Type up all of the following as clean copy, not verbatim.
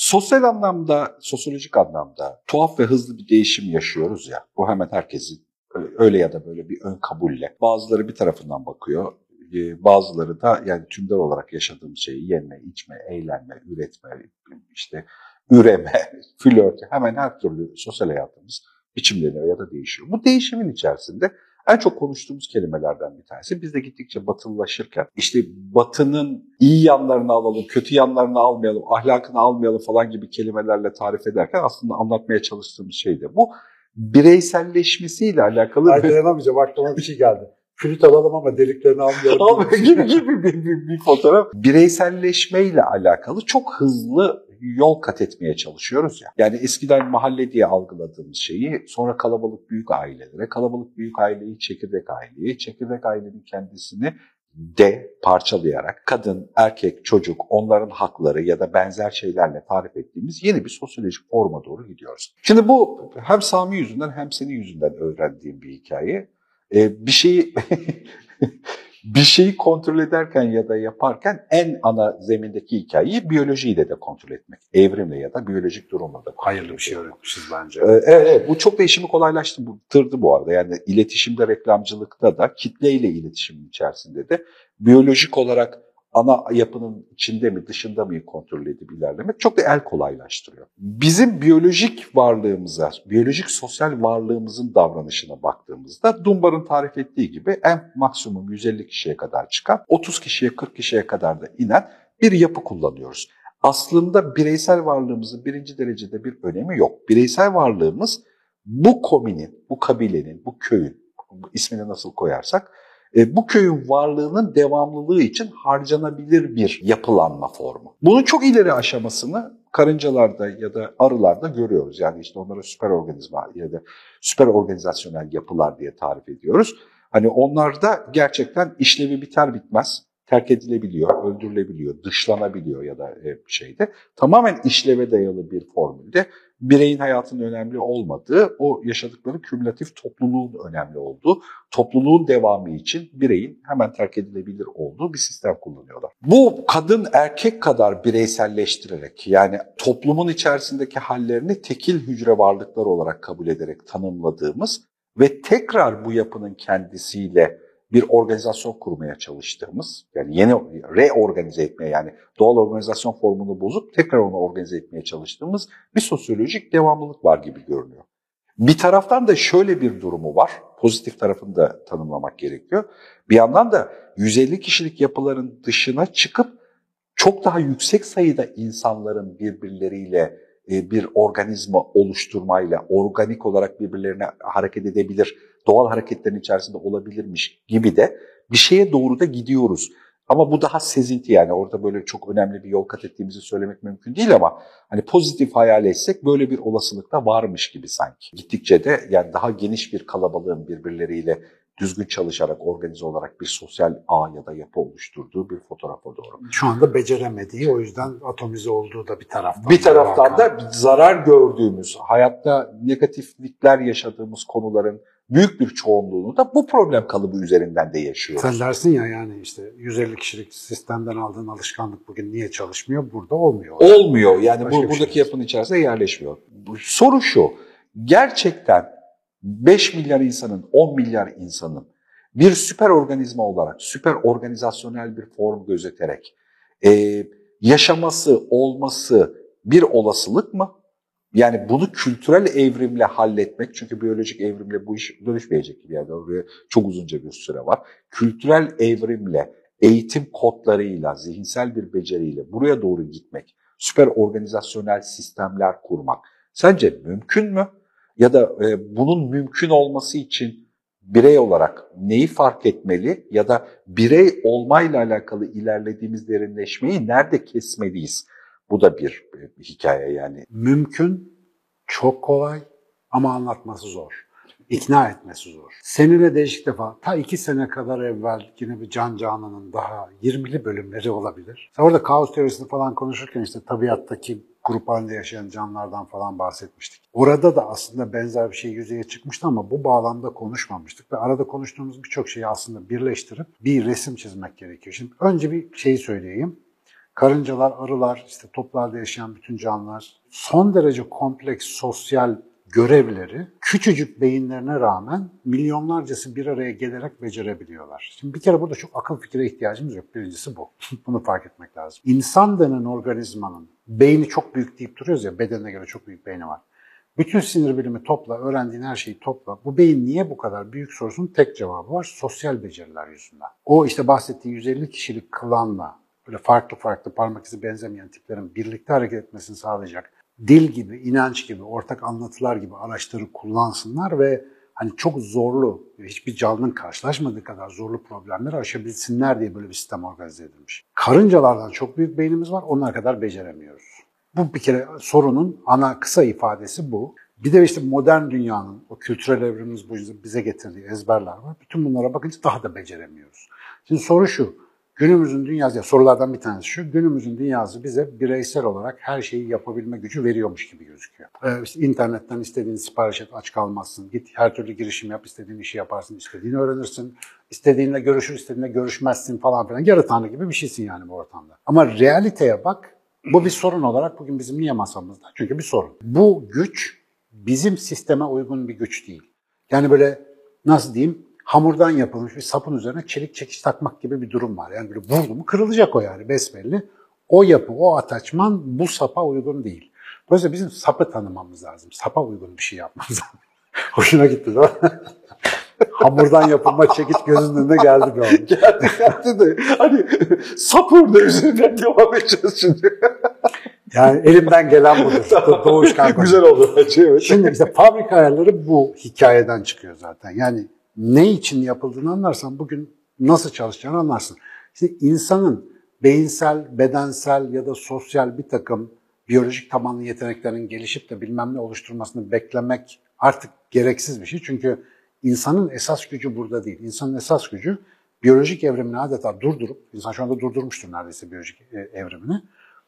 Sosyal anlamda, sosyolojik anlamda tuhaf ve hızlı bir değişim yaşıyoruz ya. Bu hemen herkesin öyle ya da böyle bir ön kabulle. Bazıları bir tarafından bakıyor. Bazıları da yani tümler olarak yaşadığımız şeyi yeme, içme, eğlenme, üretme, işte üreme, flört, hemen her türlü sosyal hayatımız biçimleniyor ya da değişiyor. Bu değişimin içerisinde en çok konuştuğumuz kelimelerden bir tanesi. Biz de gittikçe batılılaşırken işte batının iyi yanlarını alalım, kötü yanlarını almayalım, ahlakını almayalım falan gibi kelimelerle tarif ederken aslında anlatmaya çalıştığımız şey de bu. Bireyselleşmesiyle alakalı... Ay dayanamayacağım, aklıma bir şey geldi. Flüt alalım ama deliklerini almayalım. gibi bir fotoğraf. Bireyselleşmeyle alakalı çok hızlı yol kat etmeye çalışıyoruz ya. Yani eskiden mahalle diye algıladığımız şeyi sonra kalabalık büyük ailelere, kalabalık büyük aileyi çekirdek aileye, çekirdek ailenin kendisini de parçalayarak kadın, erkek, çocuk, onların hakları ya da benzer şeylerle tarif ettiğimiz yeni bir sosyolojik forma doğru gidiyoruz. Şimdi bu hem Sami yüzünden hem senin yüzünden öğrendiğim bir hikaye. Bir şeyi kontrol ederken ya da yaparken en ana zemindeki hikayeyi biyolojiyle de kontrol etmek. Evrimle ya da biyolojik durumla da. Hayırlı bir şey öğretmişiz bence. Evet, bu çok da işimi kolaylaştırdı bu arada. Yani iletişimde, reklamcılıkta da, kitleyle iletişimin içerisinde de biyolojik olarak ana yapının içinde mi dışında mı kontrol edip ilerlemek çok da el kolaylaştırıyor. Bizim biyolojik varlığımıza, biyolojik sosyal varlığımızın davranışına baktığımızda Dunbar'ın tarif ettiği gibi en maksimum 150 kişiye kadar çıkan, 30 kişiye 40 kişiye kadar da inen bir yapı kullanıyoruz. Aslında bireysel varlığımızın birinci derecede bir önemi yok. Bireysel varlığımız bu kominin, bu kabilenin, bu köyün, ismini nasıl koyarsak, bu köyün varlığının devamlılığı için harcanabilir bir yapılanma formu. Bunun çok ileri aşamasını karıncalarda ya da arılarda görüyoruz. Yani işte onlara süper organizma ya da süper organizasyonel yapılar diye tarif ediyoruz. Hani onlarda gerçekten işlevi biter bitmez terk edilebiliyor, öldürülebiliyor, dışlanabiliyor ya da şeyde. Tamamen işleve dayalı bir formülde bireyin hayatının önemli olmadığı, o yaşadıkları kümülatif topluluğun önemli olduğu, topluluğun devamı için bireyin hemen terk edilebilir olduğu bir sistem kullanıyorlar. Bu kadın erkek kadar bireyselleştirerek, yani toplumun içerisindeki hallerini tekil hücre varlıklar olarak kabul ederek tanımladığımız ve tekrar bu yapının kendisiyle bir organizasyon kurmaya çalıştığımız, yani yeni reorganize etmeye, yani doğal organizasyon formunu bozup tekrar onu organize etmeye çalıştığımız bir sosyolojik devamlılık var gibi görünüyor. Bir taraftan da şöyle bir durumu var, pozitif tarafını da tanımlamak gerekiyor. Bir yandan da 150 kişilik yapıların dışına çıkıp çok daha yüksek sayıda insanların birbirleriyle bir organizma oluşturmayla, organik olarak birbirlerine hareket edebilir, doğal hareketlerin içerisinde olabilirmiş gibi de bir şeye doğru da gidiyoruz. Ama bu daha sezinti, yani orada böyle çok önemli bir yol kat ettiğimizi söylemek mümkün değil ama hani pozitif hayal etsek böyle bir olasılık da varmış gibi sanki. Gittikçe de yani daha geniş bir kalabalığın birbirleriyle düzgün çalışarak, organize olarak bir sosyal ağ ya da yapı oluşturduğu bir fotoğrafa doğru. Şu anda beceremediği, o yüzden atomize olduğu da bir taraftan. Bir taraftan da zarar gördüğümüz, hayatta negatiflikler yaşadığımız konuların büyük bir çoğunluğunu da bu problem kalıbı üzerinden de yaşıyoruz. Sen dersin ya, yani işte 150 kişilik sistemden aldığın alışkanlık bugün niye çalışmıyor? Burada olmuyor. Olmuyor. Yani buradaki yapının içerisinde yerleşmiyor. Soru şu, gerçekten 5 milyar insanın, 10 milyar insanın bir süper organizma olarak, süper organizasyonel bir form gözeterek yaşaması, olması bir olasılık mı? Yani bunu kültürel evrimle halletmek, çünkü biyolojik evrimle bu iş dönüşmeyecek gibi, yani oraya çok uzunca bir süre var. Kültürel evrimle, eğitim kodlarıyla, zihinsel bir beceriyle buraya doğru gitmek, süper organizasyonel sistemler kurmak sence mümkün mü? Ya da bunun mümkün olması için birey olarak neyi fark etmeli ya da birey olmayla alakalı ilerlediğimiz derinleşmeyi nerede kesmeliyiz? Bu da bir hikaye yani. Mümkün, çok kolay ama anlatması zor. İkna etmesi zor. Seninle değişik defa, ta 2 sene kadar evvel yine bir Can Canan'ın daha 20'li bölümleri olabilir. Orada kaos teorisini falan konuşurken işte tabiattaki grup halinde yaşayan canlılardan falan bahsetmiştik. Orada da aslında benzer bir şey yüzeye çıkmıştı ama bu bağlamda konuşmamıştık. Ve arada konuştuğumuz birçok şeyi aslında birleştirip bir resim çizmek gerekiyor. Şimdi önce bir şeyi söyleyeyim. karıncalar, arılar, işte toplarda yaşayan bütün canlılar son derece kompleks sosyal görevleri küçücük beyinlerine rağmen milyonlarcası bir araya gelerek becerebiliyorlar. Şimdi bir kere burada çok akıl fikre ihtiyacımız yok. Birincisi bu. Bunu fark etmek lazım. İnsan denen organizmanın beyni çok büyük deyip duruyoruz ya, bedenine göre çok büyük beyni var. Bütün sinir bilimi topla, öğrendiğin her şeyi topla. Bu beyin niye bu kadar büyük sorusunun tek cevabı var. Sosyal beceriler yüzünden. O işte bahsettiği 150 kişilik klanla böyle farklı farklı parmak izi benzemeyen tiplerin birlikte hareket etmesini sağlayacak dil gibi, inanç gibi, ortak anlatılar gibi araçları kullansınlar ve hani çok zorlu, hiçbir canlının karşılaşmadığı kadar zorlu problemleri aşabilsinler diye böyle bir sistem organize edilmiş. Karıncalardan çok büyük beynimiz var, onlar kadar beceremiyoruz. Bu bir kere sorunun ana kısa ifadesi bu. Bir de işte modern dünyanın, o kültürel evrimimiz bize getirdiği ezberler var. Bütün bunlara bakınca daha da beceremiyoruz. Şimdi soru şu, günümüzün dünyası, sorulardan bir tanesi şu, günümüzün dünyası bize bireysel olarak her şeyi yapabilme gücü veriyormuş gibi gözüküyor. İşte internetten istediğini sipariş et, aç kalmazsın, git her türlü girişim yap, istediğin işi yaparsın, istediğini öğrenirsin, istediğinle görüşür, istediğinle görüşmezsin falan filan. Yarı tanrı gibi bir şeysin yani bu ortamda. Ama realiteye bak, bu bir sorun olarak bugün bizim niye masamızda? Çünkü bir sorun. Bu güç bizim sisteme uygun bir güç değil. Yani böyle nasıl diyeyim, hamurdan yapılmış bir sapın üzerine çelik çekiç takmak gibi bir durum var. Yani böyle vurdu mu kırılacak o yani besbelli. O yapı, o ataçman bu sapa uygun değil. Dolayısıyla bizim sapı tanımamız lazım. Sapa uygun bir şey yapmamız lazım. Hoşuna gitti değil mi? Hamurdan yapılma çekiç gözünün önüne geldi bir an. Geldi de hani sap orada üzerinden devam edeceğiz şimdi. Yani elimden gelen budur. Doğuşkan. Güzel oldu bence. Evet. Şimdi işte fabrika ayarları bu hikayeden çıkıyor zaten. Yani ne için yapıldığını anlarsan bugün nasıl çalışacağını anlarsın. İşte insanın beyinsel, bedensel ya da sosyal bir takım biyolojik tabanlı yeteneklerinin gelişip de bilmem ne oluşturmasını beklemek artık gereksiz bir şey. Çünkü insanın esas gücü burada değil. İnsanın esas gücü biyolojik evrimini adeta durdurup, insan şu anda durdurmuştur neredeyse biyolojik evrimini,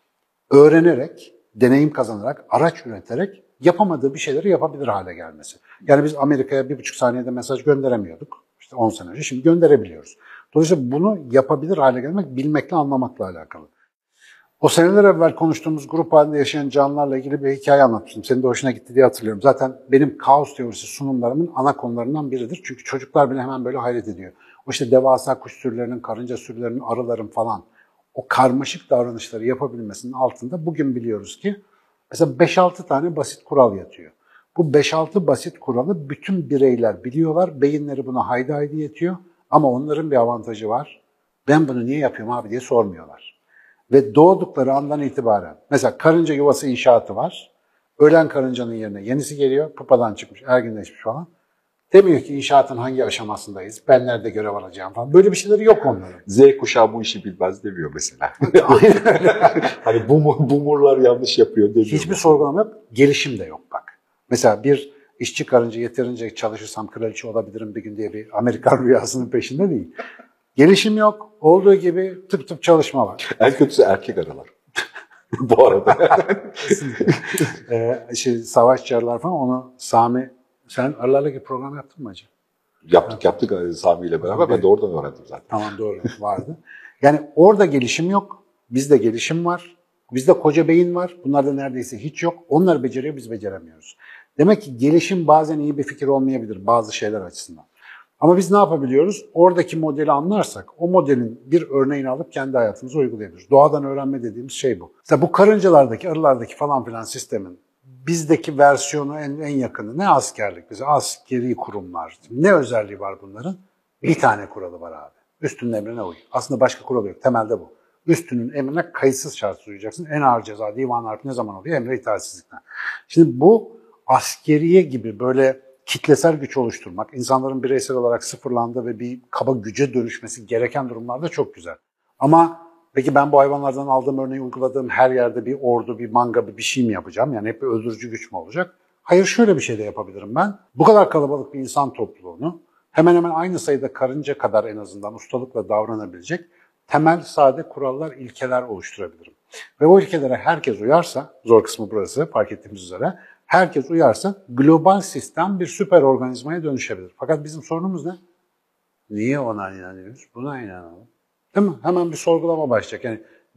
öğrenerek, deneyim kazanarak, araç üreterek yapamadığı bir şeyleri yapabilir hale gelmesi. Yani biz Amerika'ya 1,5 saniyede mesaj gönderemiyorduk. İşte 10 sene önce, şimdi gönderebiliyoruz. Dolayısıyla bunu yapabilir hale gelmek, bilmekle, anlamakla alakalı. O seneler evvel konuştuğumuz grup halinde yaşayan canlılarla ilgili bir hikaye anlatmıştım. Senin de hoşuna gitti diye hatırlıyorum. Zaten benim kaos teorisi sunumlarımın ana konularından biridir. Çünkü çocuklar bile hemen böyle hayret ediyor. O işte devasa kuş sürülerinin, karınca sürülerinin, arıların falan o karmaşık davranışları yapabilmesinin altında bugün biliyoruz ki mesela 5-6 tane basit kural yatıyor. Bu 5-6 basit kuralı bütün bireyler biliyorlar, beyinleri buna haydi haydi yetiyor ama onların bir avantajı var. Ben bunu niye yapıyorum abi diye sormuyorlar. Ve doğdukları andan itibaren mesela karınca yuvası inşaatı var. Ölen karıncanın yerine yenisi geliyor, pupadan çıkmış, erginleşmiş falan. Demiyor ki inşaatın hangi aşamasındayız, ben nerede görev alacağım falan. Böyle bir şeyleri yok onların. Z kuşağı bu işi bilmez demiyor mesela. Hani boomerlar yanlış yapıyor demiyor. Hiçbir sorgulama yok, gelişim de yok bak. Mesela bir işçi karınca yeterince çalışırsam kraliçe olabilirim bir gün diye bir Amerikan rüyasının peşinde değil. Gelişim yok, olduğu gibi tıp tıp çalışma var. En kötüsü erkek arılar. Bu arada. Savaşçılar falan onu Sami, sen arılarla ilgili program yaptın mı acaba? Yaptık Sami ile beraber. Ben de oradan öğrendim zaten. Tamam doğru vardı. Yani orada gelişim yok. Bizde gelişim var. Bizde koca beyin var. Bunlarda neredeyse hiç yok. Onlar beceriyor, biz beceremiyoruz. Demek ki gelişim bazen iyi bir fikir olmayabilir bazı şeyler açısından. Ama biz ne yapabiliyoruz? Oradaki modeli anlarsak o modelin bir örneğini alıp kendi hayatımıza uygulayabiliriz. Doğadan öğrenme dediğimiz şey bu. Mesela bu karıncalardaki, arılardaki falan filan sistemin bizdeki versiyonu en yakını ne askerlik? Bize askeri kurumlar. Ne özelliği var bunların? Bir tane kuralı var abi. Üstünün emrine uy. Aslında başka kuralı yok. Temelde bu. Üstünün emrine kayıtsız şartsız uyacaksın. En ağır ceza divan harfi ne zaman oluyor? Emre itaatsizlikten. Şimdi bu askeriye gibi böyle kitlesel güç oluşturmak, insanların bireysel olarak sıfırlandığı ve bir kaba güce dönüşmesi gereken durumlarda çok güzel. Ama peki ben bu hayvanlardan aldığım örneği uyguladığım her yerde bir ordu, bir manga, bir şey mi yapacağım? Yani hep bir öldürücü güç mü olacak? Hayır, şöyle bir şey de yapabilirim ben. Bu kadar kalabalık bir insan topluluğunu hemen hemen aynı sayıda karınca kadar en azından ustalıkla davranabilecek temel, sade kurallar, ilkeler oluşturabilirim. Ve o ilkelere herkes uyarsa, zor kısmı burası fark ettiğimiz üzere, herkes uyarsa global sistem bir süper organizmaya dönüşebilir. Fakat bizim sorunumuz ne? Niye ona inanıyoruz? Buna inanalım. Değil mi? Hemen bir sorgulama başlayacak. Yani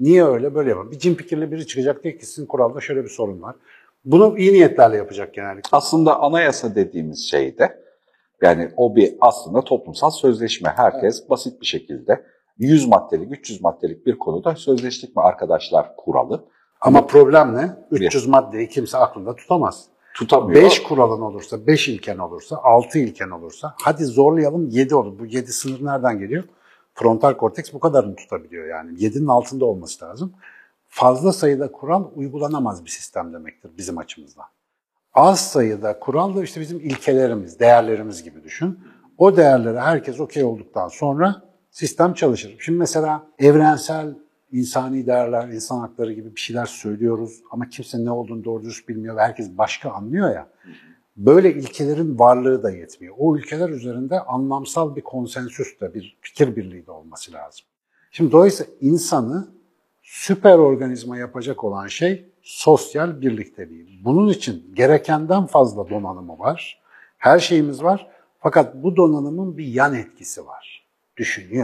Niye öyle? Böyle yapalım. Bir cin fikirli biri çıkacak diye ki sizin kuralda şöyle bir sorun var. Bunu iyi niyetlerle yapacak genellikle. Aslında anayasa dediğimiz şeyde, yani o bir aslında toplumsal sözleşme. Herkes basit bir şekilde 100 maddelik, 300 maddelik bir konuda sözleştik mi arkadaşlar kuralı. Ama problem ne? 300 maddeyi kimse aklında tutamaz. Tutamıyor. 5 kuralın olursa, 5 ilken olursa, 6 ilken olursa, hadi zorlayalım 7 olur. Bu 7 sınır nereden geliyor? Frontal korteks bu kadarını tutabiliyor yani. 7'nin altında olması lazım. Fazla sayıda kural uygulanamaz bir sistem demektir bizim açımızdan. Az sayıda kural da işte bizim ilkelerimiz, değerlerimiz gibi düşün. O değerlere herkes okey olduktan sonra sistem çalışır. Şimdi mesela evrensel insani değerler, insan hakları gibi bir şeyler söylüyoruz ama kimse ne olduğunu doğru dürüst bilmiyor ve herkes başka anlıyor ya. Böyle ilkelerin varlığı da yetmiyor. O ülkeler üzerinde anlamsal bir konsensüs de, bir fikir birliği de olması lazım. Şimdi dolayısıyla insanı süper organizma yapacak olan şey sosyal birlikteliği. Bunun için gerekenden fazla donanımı var. Her şeyimiz var. Fakat bu donanımın bir yan etkisi var. Düşünüyor.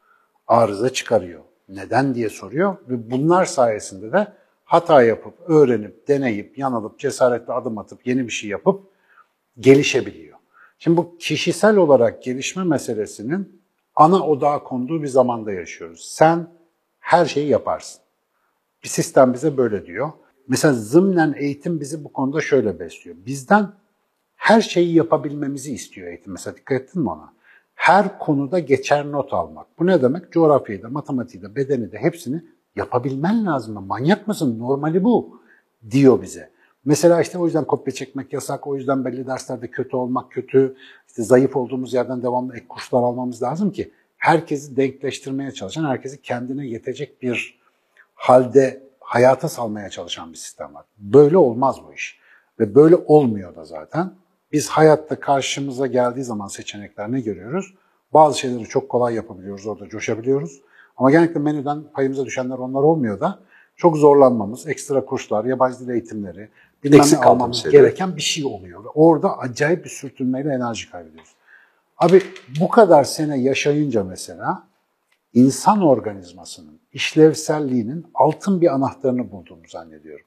Arıza çıkarıyor. Neden diye soruyor ve bunlar sayesinde de hata yapıp, öğrenip, deneyip, yanılıp, cesaretle adım atıp, yeni bir şey yapıp gelişebiliyor. Şimdi bu kişisel olarak gelişme meselesinin ana odağa konduğu bir zamanda yaşıyoruz. Sen her şeyi yaparsın. Bir sistem bize böyle diyor. Mesela zımnen eğitim bizi bu konuda şöyle besliyor. Bizden her şeyi yapabilmemizi istiyor eğitim. Mesela dikkat ettin mi ona? Her konuda geçer not almak. Bu ne demek? Coğrafyayı da, matematiği de, bedeni de hepsini yapabilmen lazım. Manyak mısın? Normali bu diyor bize. Mesela işte o yüzden kopya çekmek yasak, o yüzden belli derslerde kötü olmak kötü, işte zayıf olduğumuz yerden devamlı ek kurslar almamız lazım ki herkesi denkleştirmeye çalışan, herkesi kendine yetecek bir halde hayata salmaya çalışan bir sistem var. Böyle olmaz bu iş. Ve böyle olmuyor da zaten. Biz hayatta karşımıza geldiği zaman seçenekler ne görüyoruz? Bazı şeyleri çok kolay yapabiliyoruz, orada coşabiliyoruz. Ama genellikle menüden payımıza düşenler onlar olmuyor da çok zorlanmamız, ekstra kurslar, yabancı dil eğitimleri, bilmem ne almamız gereken bir şey oluyor. Ve orada acayip bir sürtünmeyle enerji kaybediyoruz. Abi bu kadar sene yaşayınca mesela insan organizmasının işlevselliğinin altın bir anahtarını bulduğumu zannediyorum.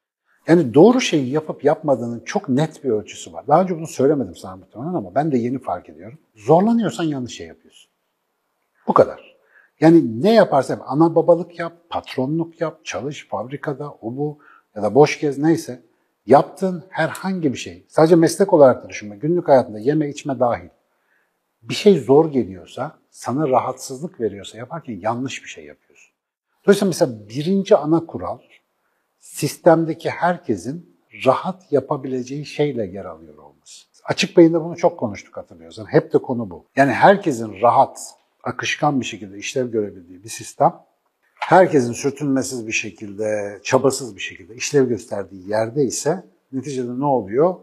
Yani doğru şeyi yapıp yapmadığının çok net bir ölçüsü var. Daha önce bunu söylemedim sana muhtemelen ama ben de yeni fark ediyorum. Zorlanıyorsan yanlış şey yapıyorsun. Bu kadar. Yani ne yaparsan yap, ana babalık yap, patronluk yap, çalış fabrikada, o bu ya da boş gez neyse. Yaptığın herhangi bir şey, sadece meslek olarak da düşünme, günlük hayatında yeme içme dahil. Bir şey zor geliyorsa, sana rahatsızlık veriyorsa yaparken yanlış bir şey yapıyorsun. Dolayısıyla mesela birinci ana kural, sistemdeki herkesin rahat yapabileceği şeyle yer alıyor olması. Açık Beyin'de bunu çok konuştuk hatırlıyorsan. Hep de konu bu. Yani herkesin rahat, akışkan bir şekilde işlev görebildiği bir sistem, herkesin sürtünmesiz bir şekilde, çabasız bir şekilde işlev gösterdiği yerde ise neticede ne oluyor?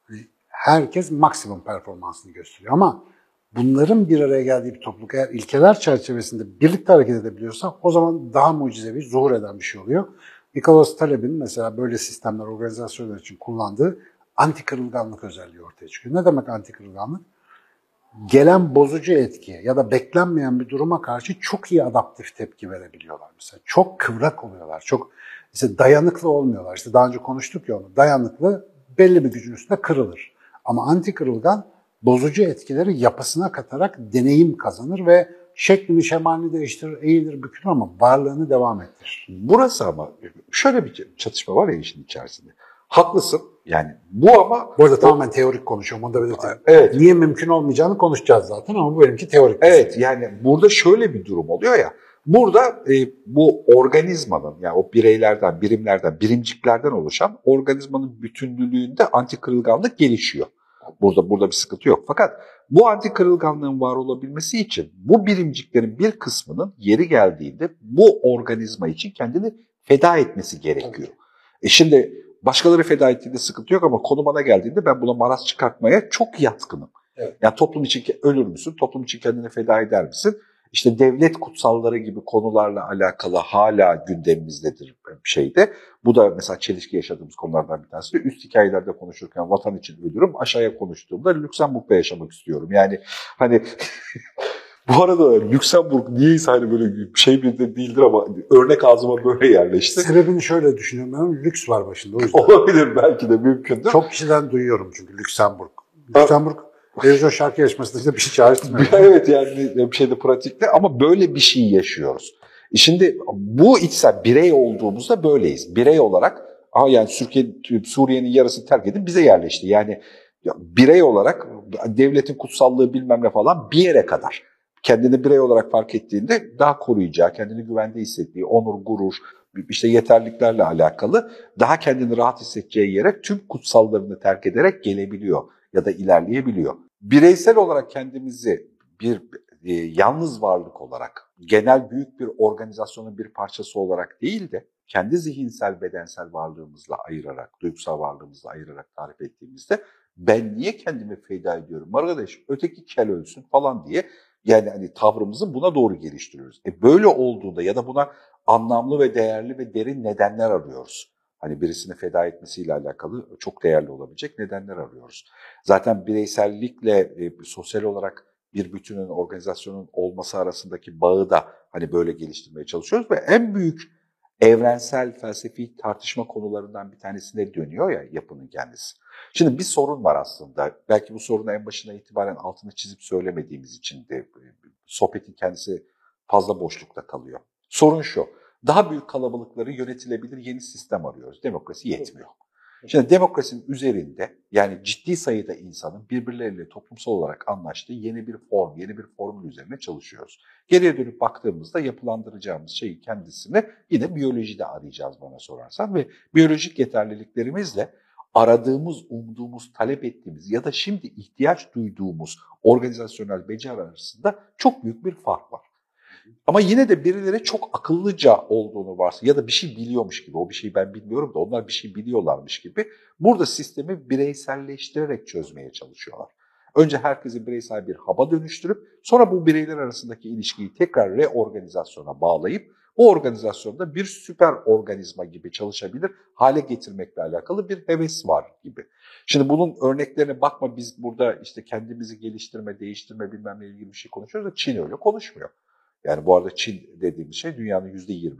Herkes maksimum performansını gösteriyor. Ama bunların bir araya geldiği bir topluluk eğer ilkeler çerçevesinde birlikte hareket edebiliyorsa o zaman daha mucizevi, zuhur eden bir şey oluyor. Nicholas Taleb'in mesela böyle sistemler, organizasyonlar için kullandığı anti kırılganlık özelliği ortaya çıkıyor. Ne demek anti kırılganlık? Gelen bozucu etkiye ya da beklenmeyen bir duruma karşı çok iyi adaptif tepki verebiliyorlar mesela. Çok kıvrak oluyorlar, çok işte dayanıklı olmuyorlar. İşte daha önce konuştuk ya onu. Dayanıklı belli bir gücün üstünde kırılır. Ama anti kırılgan bozucu etkileri yapısına katarak deneyim kazanır ve şeklini, şemalini değiştirir, eğilir, bükülür ama varlığını devam ettirir. Burası ama şöyle bir çatışma var ya işin içerisinde. Haklısın. Yani bu ama... Bu arada tamamen teorik konuşuyorum. Onu da belirteyim. Evet. Niye mümkün olmayacağını konuşacağız zaten ama bu benimki teorik. Evet yani burada şöyle bir durum oluyor ya. Burada bu organizmanın yani o bireylerden, birimlerden, birimciklerden oluşan organizmanın bütünlüğünde anti kırılganlık gelişiyor. Burada bir sıkıntı yok. Fakat bu anti kırılganlığın var olabilmesi için bu birimciklerin bir kısmının yeri geldiğinde bu organizma için kendini feda etmesi gerekiyor. Şimdi başkaları feda ettiğinde sıkıntı yok ama konu bana geldiğinde ben buna maraz çıkartmaya çok yatkınım. Evet. Yani toplum için ölür müsün? Toplum için kendini feda eder misin? İşte devlet kutsalları gibi konularla alakalı hala gündemimizdedir bir şeyde. Bu da mesela çelişki yaşadığımız konulardan bir tanesi. Üst hikayelerde konuşurken vatan için ölürüm. Aşağıya konuştuğumda Lüksemburg'da yaşamak istiyorum. Yani hani Bu arada Lüksemburg niyeyse hani böyle şey bir de değildir ama örnek ağzıma böyle yerleşti. Sebebini şöyle düşünüyorum. Ben lüks var başında o yüzden. Olabilir, belki de mümkündür. Çok kişiden duyuyorum çünkü Lüksemburg. Lüksemburg Eurovision şarkı yarışmasında işte bir şey çağrıştırmıyor. Evet, yani bir şeyde pratikte ama böyle bir şey yaşıyoruz. Şimdi bu içsel birey olduğumuzda böyleyiz. Birey olarak yani Suriye'nin yarısını terk edip bize yerleşti. Yani birey olarak devletin kutsallığı bilmem ne falan bir yere kadar. Kendini birey olarak fark ettiğinde daha koruyacağı, kendini güvende hissettiği, onur, gurur, işte yeterliliklerle alakalı daha kendini rahat hissedeceği yere tüm kutsallarını terk ederek gelebiliyor ya da ilerleyebiliyor. Bireysel olarak kendimizi bir yalnız varlık olarak, genel büyük bir organizasyonun bir parçası olarak değil de kendi zihinsel, bedensel varlığımızla ayırarak, duygusal varlığımızla ayırarak tarif ettiğimizde ben niye kendimi feda ediyorum arkadaş, öteki kel ölsün falan diye yani hani tavrımızı buna doğru geliştiriyoruz. Böyle olduğunda ya da buna anlamlı ve değerli ve derin nedenler arıyoruz. Hani birisini feda etmesiyle alakalı çok değerli olabilecek nedenler arıyoruz. Zaten bireysellikle sosyal olarak bir bütünün, organizasyonun olması arasındaki bağı da hani böyle geliştirmeye çalışıyoruz ve en büyük evrensel felsefi tartışma konularından bir tanesine dönüyor ya yapının kendisi. Şimdi bir sorun var aslında. Belki bu sorunu en başına itibaren altını çizip söylemediğimiz için de sohbetin kendisi fazla boşlukta kalıyor. Sorun şu, daha büyük kalabalıkları yönetilebilir yeni sistem arıyoruz. Demokrasi yetmiyor. Şimdi demokrasinin üzerinde yani ciddi sayıda insanın birbirleriyle toplumsal olarak anlaştığı yeni bir form, yeni bir formül üzerine çalışıyoruz. Geriye dönüp baktığımızda yapılandıracağımız şeyi kendisini yine biyolojide arayacağız bana sorarsan ve biyolojik yeterliliklerimizle aradığımız, umduğumuz, talep ettiğimiz ya da şimdi ihtiyaç duyduğumuz organizasyonel beceri arasında çok büyük bir fark var. Ama yine de birileri çok akıllıca olduğunu varsa ya da bir şey biliyormuş gibi, o bir şeyi ben bilmiyorum da onlar bir şey biliyorlarmış gibi burada sistemi bireyselleştirerek çözmeye çalışıyorlar. Önce herkesi bireysel bir haba dönüştürüp sonra bu bireyler arasındaki ilişkiyi tekrar reorganizasyona bağlayıp bu organizasyonda bir süper organizma gibi çalışabilir hale getirmekle alakalı bir heves var gibi. Şimdi bunun örneklerine bakma, biz burada işte kendimizi geliştirme, değiştirme bilmem ne ilgili bir şey konuşuyoruz da Çin öyle konuşmuyor. Yani bu arada Çin dediğimiz şey dünyanın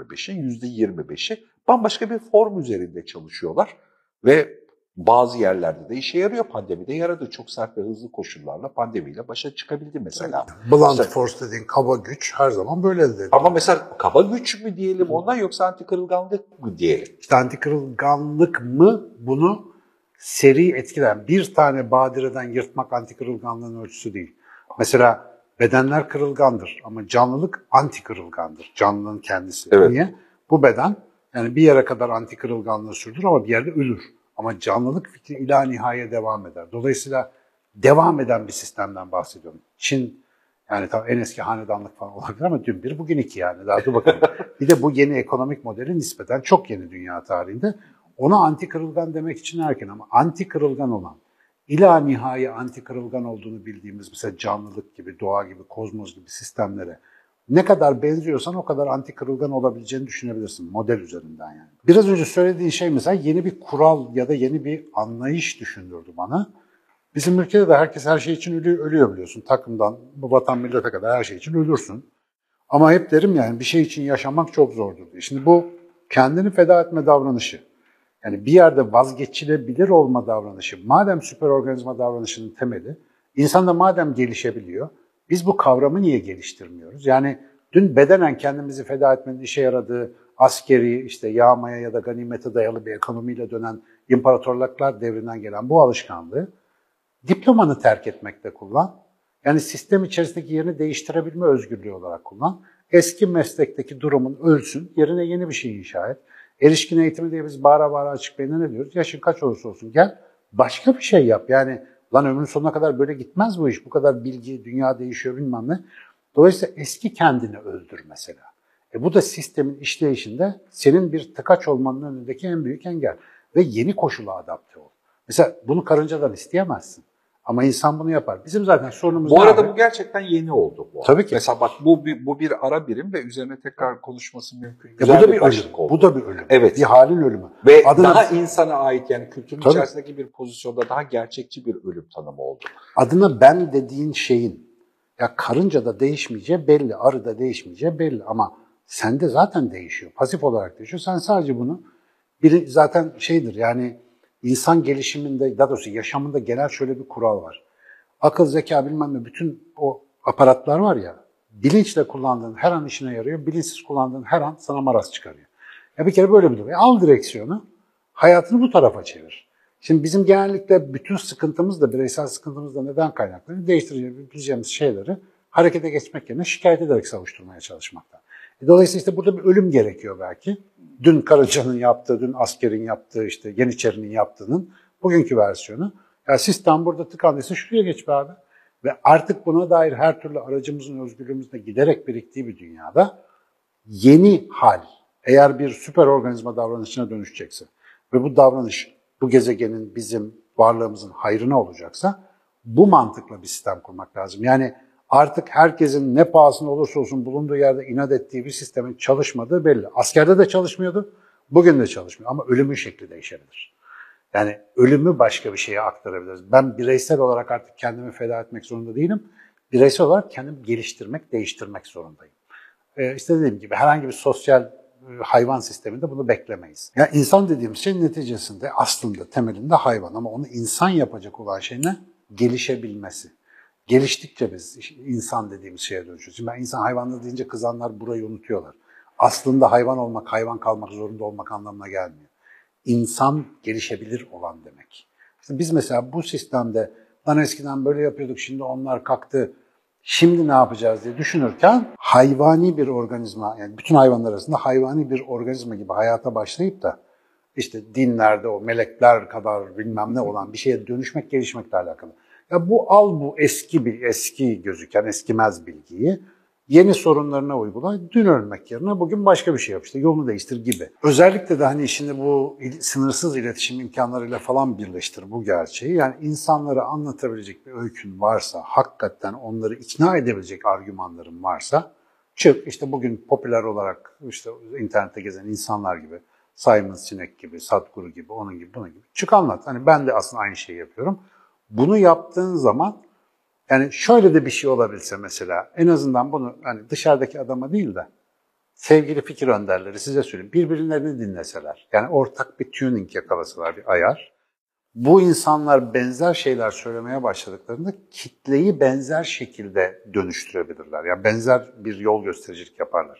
%25'i bambaşka bir form üzerinde çalışıyorlar ve bazı yerlerde de işe yarıyor. Pandemide yaradı. Çok sert ve hızlı koşullarla pandemiyle başa çıkabildi mesela. Blunt force dediğin kaba güç her zaman böyle elde ediyor. Ama mesela kaba güç mü diyelim ona yoksa antikırılganlık mı diyelim? İşte antikırılganlık mı bunu seri etkilen bir tane badireden yırtmak antikırılganlığın ölçüsü değil. Mesela bedenler kırılgandır ama canlılık antikırılgandır. Canlılığın kendisi. Evet. Niye? Bu beden yani bir yere kadar antikırılganlığı sürdürür ama bir yerde ölür. Ama canlılık fikri ila nihaya devam eder. Dolayısıyla devam eden bir sistemden bahsediyorum. Çin yani tabii en eski hanedanlık falan olabilir ama dün bir bugün iki yani. Daha dur bakalım. Bir de bu yeni ekonomik modeli nispeten çok yeni dünya tarihinde. Ona anti kırılgan demek için erken ama anti kırılgan olan, ila nihai anti kırılgan olduğunu bildiğimiz mesela canlılık gibi, doğa gibi, kozmos gibi sistemlere ne kadar benziyorsan o kadar anti kırılgan olabileceğini düşünebilirsin model üzerinden yani. Biraz önce söylediğin şey mesela yeni bir kural ya da yeni bir anlayış düşündürdü bana. Bizim ülkede de herkes her şey için ölüyor biliyorsun. Takımdan, bu vatan millete kadar her şey için ölürsün. Ama hep derim yani bir şey için yaşamak çok zordur diye. Şimdi bu kendini feda etme davranışı, yani bir yerde vazgeçilebilir olma davranışı, madem süper organizma davranışının temeli, insan da madem gelişebiliyor, biz bu kavramı niye geliştirmiyoruz? Yani dün bedenen kendimizi feda etmenin işe yaradığı askeri, işte yağmaya ya da ganimete dayalı bir ekonomiyle dönen imparatorluklar devrinden gelen bu alışkanlığı diplomanı terk etmekte kullan. Yani sistem içerisindeki yerini değiştirebilme özgürlüğü olarak kullan. Eski meslekteki durumun ölsün, yerine yeni bir şey inşa et. Erişkin eğitimi diye biz bağıra bağıra açıklayın ne diyoruz? Yaşın kaç olursa olsun gel, başka bir şey yap. Yani lan ömrün sonuna kadar böyle gitmez bu iş. Bu kadar bilgi, dünya değişiyor bilmem ne. Dolayısıyla eski kendini öldür mesela. Bu da sistemin işleyişinde senin bir tıkaç olmanın önündeki en büyük engel. Ve yeni koşula adapte ol. Mesela bunu karıncadan isteyemezsin. Ama insan bunu yapar. Bizim zaten sorunumuz bu arada bu gerçekten yeni oldu. Tabii ki. Mesela bak bu bir ara birim ve üzerine tekrar konuşması mümkün. Bu da bir ölüm. Bu da bir ölüm. Evet. Bir halin ölümü. Ve daha insana ait yani kültürün Tabii. içerisindeki bir pozisyonda daha gerçekçi bir ölüm tanımı oldu. Adına ben dediğin şeyin Ya karınca da değişmeyeceği belli, arı da değişmeyeceği belli ama sende zaten değişiyor. Pasif olarak değişiyor. Sen sadece bunu zaten şeydir yani insan gelişiminde, daha doğrusu yaşamında genel şöyle bir kural var. Akıl, zeka bilmem ne bütün o aparatlar var ya, bilinçle kullandığın her an işine yarıyor, bilinçsiz kullandığın her an sana maraz çıkarıyor. Ya bir kere böyle bir durum. Al direksiyonu, hayatını bu tarafa çevir. Şimdi bizim genellikle bütün sıkıntımız da, bireysel sıkıntımız da neden kaynaklanıyor? Değiştirebileceğimiz şeyleri harekete geçmek yerine şikayet ederek savuşturmaya çalışmaktan. Dolayısıyla işte burada bir ölüm gerekiyor belki. Dün karıncanın yaptığı, dün askerin yaptığı, işte Yeniçerinin yaptığının bugünkü versiyonu. Ya sistem burada tıkandıysa şuraya geç be abi. Ve artık buna dair her türlü aracımızın, özgürlüğümüzün giderek biriktiği bir dünyada yeni hal, eğer bir süper organizma davranışına dönüşecekse ve bu davranış bu gezegenin, bizim varlığımızın hayrına olacaksa bu mantıkla bir sistem kurmak lazım. Yani artık herkesin ne pahasına olursa olsun bulunduğu yerde inat ettiği bir sistemin çalışmadığı belli. Askerde de çalışmıyordu, bugün de çalışmıyor ama ölümün şekli değişebilir. Yani ölümü başka bir şeye aktarabiliriz. Ben bireysel olarak artık kendimi feda etmek zorunda değilim. Bireysel olarak kendimi geliştirmek, değiştirmek zorundayım. İşte dediğim gibi herhangi bir sosyal hayvan sisteminde bunu beklemeyiz. Yani insan dediğimiz şey neticesinde aslında temelinde hayvan ama onu insan yapacak olan şey ne? Gelişebilmesi. Geliştikçe biz insan dediğimiz şeye dönüşüyoruz. Şimdi ben insan hayvanlı deyince kızanlar burayı unutuyorlar. Aslında hayvan olmak, hayvan kalmak zorunda olmak anlamına gelmiyor. İnsan gelişebilir olan demek. İşte biz mesela bu sistemde lan eskiden böyle yapıyorduk, şimdi onlar kalktı, şimdi ne yapacağız diye düşünürken hayvani bir organizma, yani bütün hayvanlar arasında hayvani bir organizma gibi hayata başlayıp da işte dinlerde o melekler kadar bilmem ne olan bir şeye dönüşmek, gelişmekle alakalı. Ya bu eski gözüken, eskimez bilgiyi yeni sorunlarına uygula, dün ölmek yerine bugün başka bir şey yap, işte yolunu değiştir gibi. Özellikle de hani şimdi bu sınırsız iletişim imkanlarıyla falan birleştir bu gerçeği. Yani insanlara anlatabilecek bir öykün varsa, hakikaten onları ikna edebilecek argümanların varsa, çık işte bugün popüler olarak işte internette gezen insanlar gibi, Simon Sinek gibi, Sadhguru gibi, onun gibi, bunun gibi. Çık anlat. Hani ben de aslında aynı şeyi yapıyorum. Bunu yaptığın zaman yani şöyle de bir şey olabilse mesela, en azından bunu hani dışarıdaki adama değil de sevgili fikir önderleri size söyleyeyim, birbirlerini dinleseler, yani ortak bir tuning yakalasalar, bir ayar. Bu insanlar benzer şeyler söylemeye başladıklarında kitleyi benzer şekilde dönüştürebilirler. Yani benzer bir yol göstericilik yaparlar.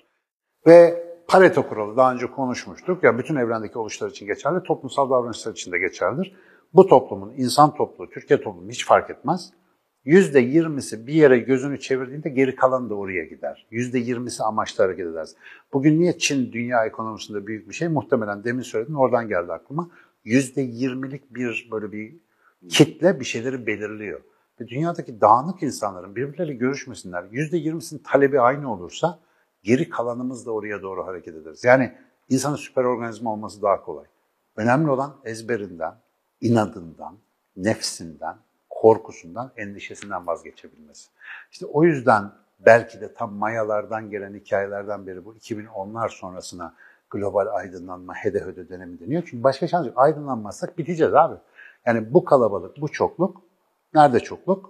Ve Pareto kuralı daha önce konuşmuştuk. Ya bütün evrendeki oluşlar için geçerli, toplumsal davranışlar için de geçerlidir. Bu toplumun, insan topluluğu, Türkiye toplumu hiç fark etmez. %20'si bir yere gözünü çevirdiğinde geri kalanı da oraya gider. %20'si amaçlı hareket eder. Bugün niye Çin dünya ekonomisinde büyük bir şey? Muhtemelen demin söyledin, oradan geldi aklıma. %20'lik bir böyle bir kitle bir şeyleri belirliyor. Ve dünyadaki dağınık insanların birbirleriyle görüşmesinler. %20'sinin talebi aynı olursa geri kalanımız da oraya doğru hareket ederiz. Yani insanın süper organizma olması daha kolay. Önemli olan ezberinden, inadından, nefsinden, korkusundan, endişesinden vazgeçebilmesi. İşte o yüzden belki de tam Mayalardan gelen hikayelerden beri bu 2010'lar sonrasına global aydınlanma, hede dönemi deniyor. Çünkü başka şans yok. Aydınlanmazsak biteceğiz abi. Yani bu kalabalık, bu çokluk, nerede çokluk?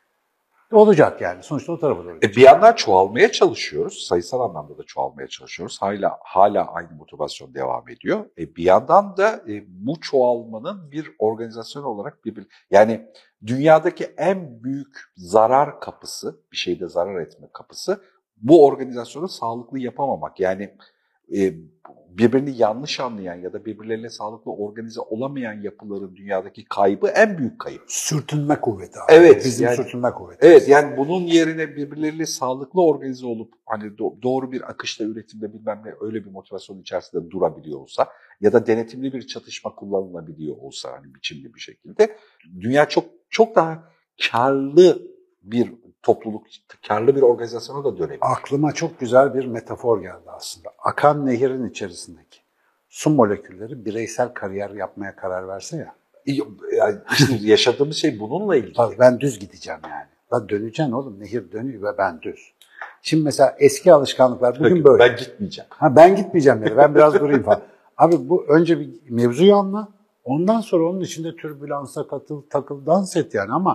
Olacak yani. Sonuçta o tarafa doğru. Bir yandan çoğalmaya çalışıyoruz. Sayısal anlamda da çoğalmaya çalışıyoruz. Hala aynı motivasyon devam ediyor. Bir yandan da bu çoğalmanın bir organizasyon olarak yani dünyadaki en büyük zarar kapısı, bir şeyde zarar etme kapısı bu organizasyonu sağlıklı yapamamak. Yani birbirini yanlış anlayan ya da birbirleriyle sağlıklı organize olamayan yapıların dünyadaki kaybı en büyük kayıp. Sürtünme kuvveti abi. Evet. Bizim yani, sürtünme kuvveti. Evet, yani bunun yerine birbirleriyle sağlıklı organize olup hani doğru bir akışla üretimde bilmem ne öyle bir motivasyon içerisinde durabiliyor olsa ya da denetimli bir çatışma kullanılabiliyor olsa hani biçimli bir şekilde dünya çok daha karlı bir topluluk, karlı bir organizasyona da dönebilir. Aklıma çok güzel bir metafor geldi aslında. Akan nehirin içerisindeki su molekülleri bireysel kariyer yapmaya karar verse ya. Yani işte yaşadığımız şey bununla ilgili. Tabii ben düz gideceğim yani. La döneceksin oğlum, nehir dönüyor ve ben düz. Şimdi mesela eski alışkanlıklar bugün böyle. Ben gitmeyeceğim. Ben gitmeyeceğim yani. Ben biraz durayım falan. Abi bu önce bir mevzuyu anla. Ondan sonra onun içinde türbülansa takıl, dans et yani ama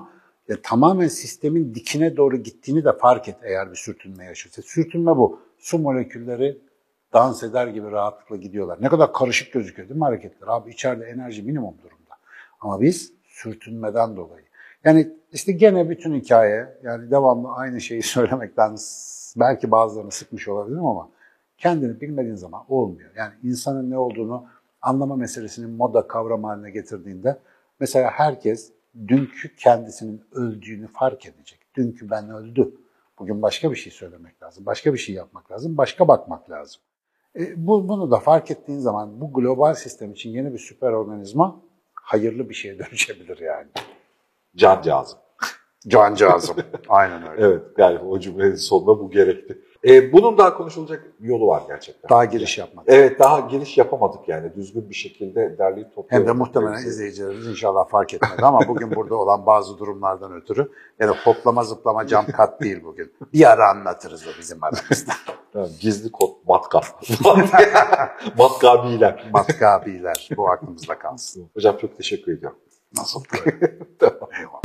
Ya, tamamen sistemin dikine doğru gittiğini de fark et eğer bir sürtünme yaşıyorsa. Sürtünme bu. Su molekülleri dans eder gibi rahatlıkla gidiyorlar. Ne kadar karışık gözüküyor değil mi hareketler? Abi içeride enerji minimum durumda. Ama biz sürtünmeden dolayı. Yani işte gene bütün hikaye, yani devamlı aynı şeyi söylemekten belki bazılarını sıkmış olabilirim ama kendini bilmediğin zaman olmuyor. Yani insanın ne olduğunu anlama meselesini moda kavram haline getirdiğinde mesela herkes dünkü kendisinin öldüğünü fark edecek. Dünkü ben öldü. Bugün başka bir şey söylemek lazım, başka bir şey yapmak lazım, başka bakmak lazım. Bunu da fark ettiğin zaman bu global sistem için yeni bir süper organizma hayırlı bir şeye dönüşebilir yani. Cancağızım. Cancağızım. Aynen öyle. Evet, galiba o cümlenin sonunda bu gerekti. Bunun daha konuşulacak yolu var gerçekten. Daha giriş yapmak. Evet, daha giriş yapamadık yani. Düzgün bir şekilde derleyip toplayamadık. Hem de muhtemelen izleyicilerimiz inşallah fark etmedi ama bugün burada olan bazı durumlardan ötürü yani hoplama zıplama cam kat değil bugün. Bir ara anlatırız o bizim aramızda. Tamam, gizli kod matkap. Matkabiler. Matkabiler. Bu aklımızda kalsın. Hocam çok teşekkür ediyorum. Nasıl? Tamam.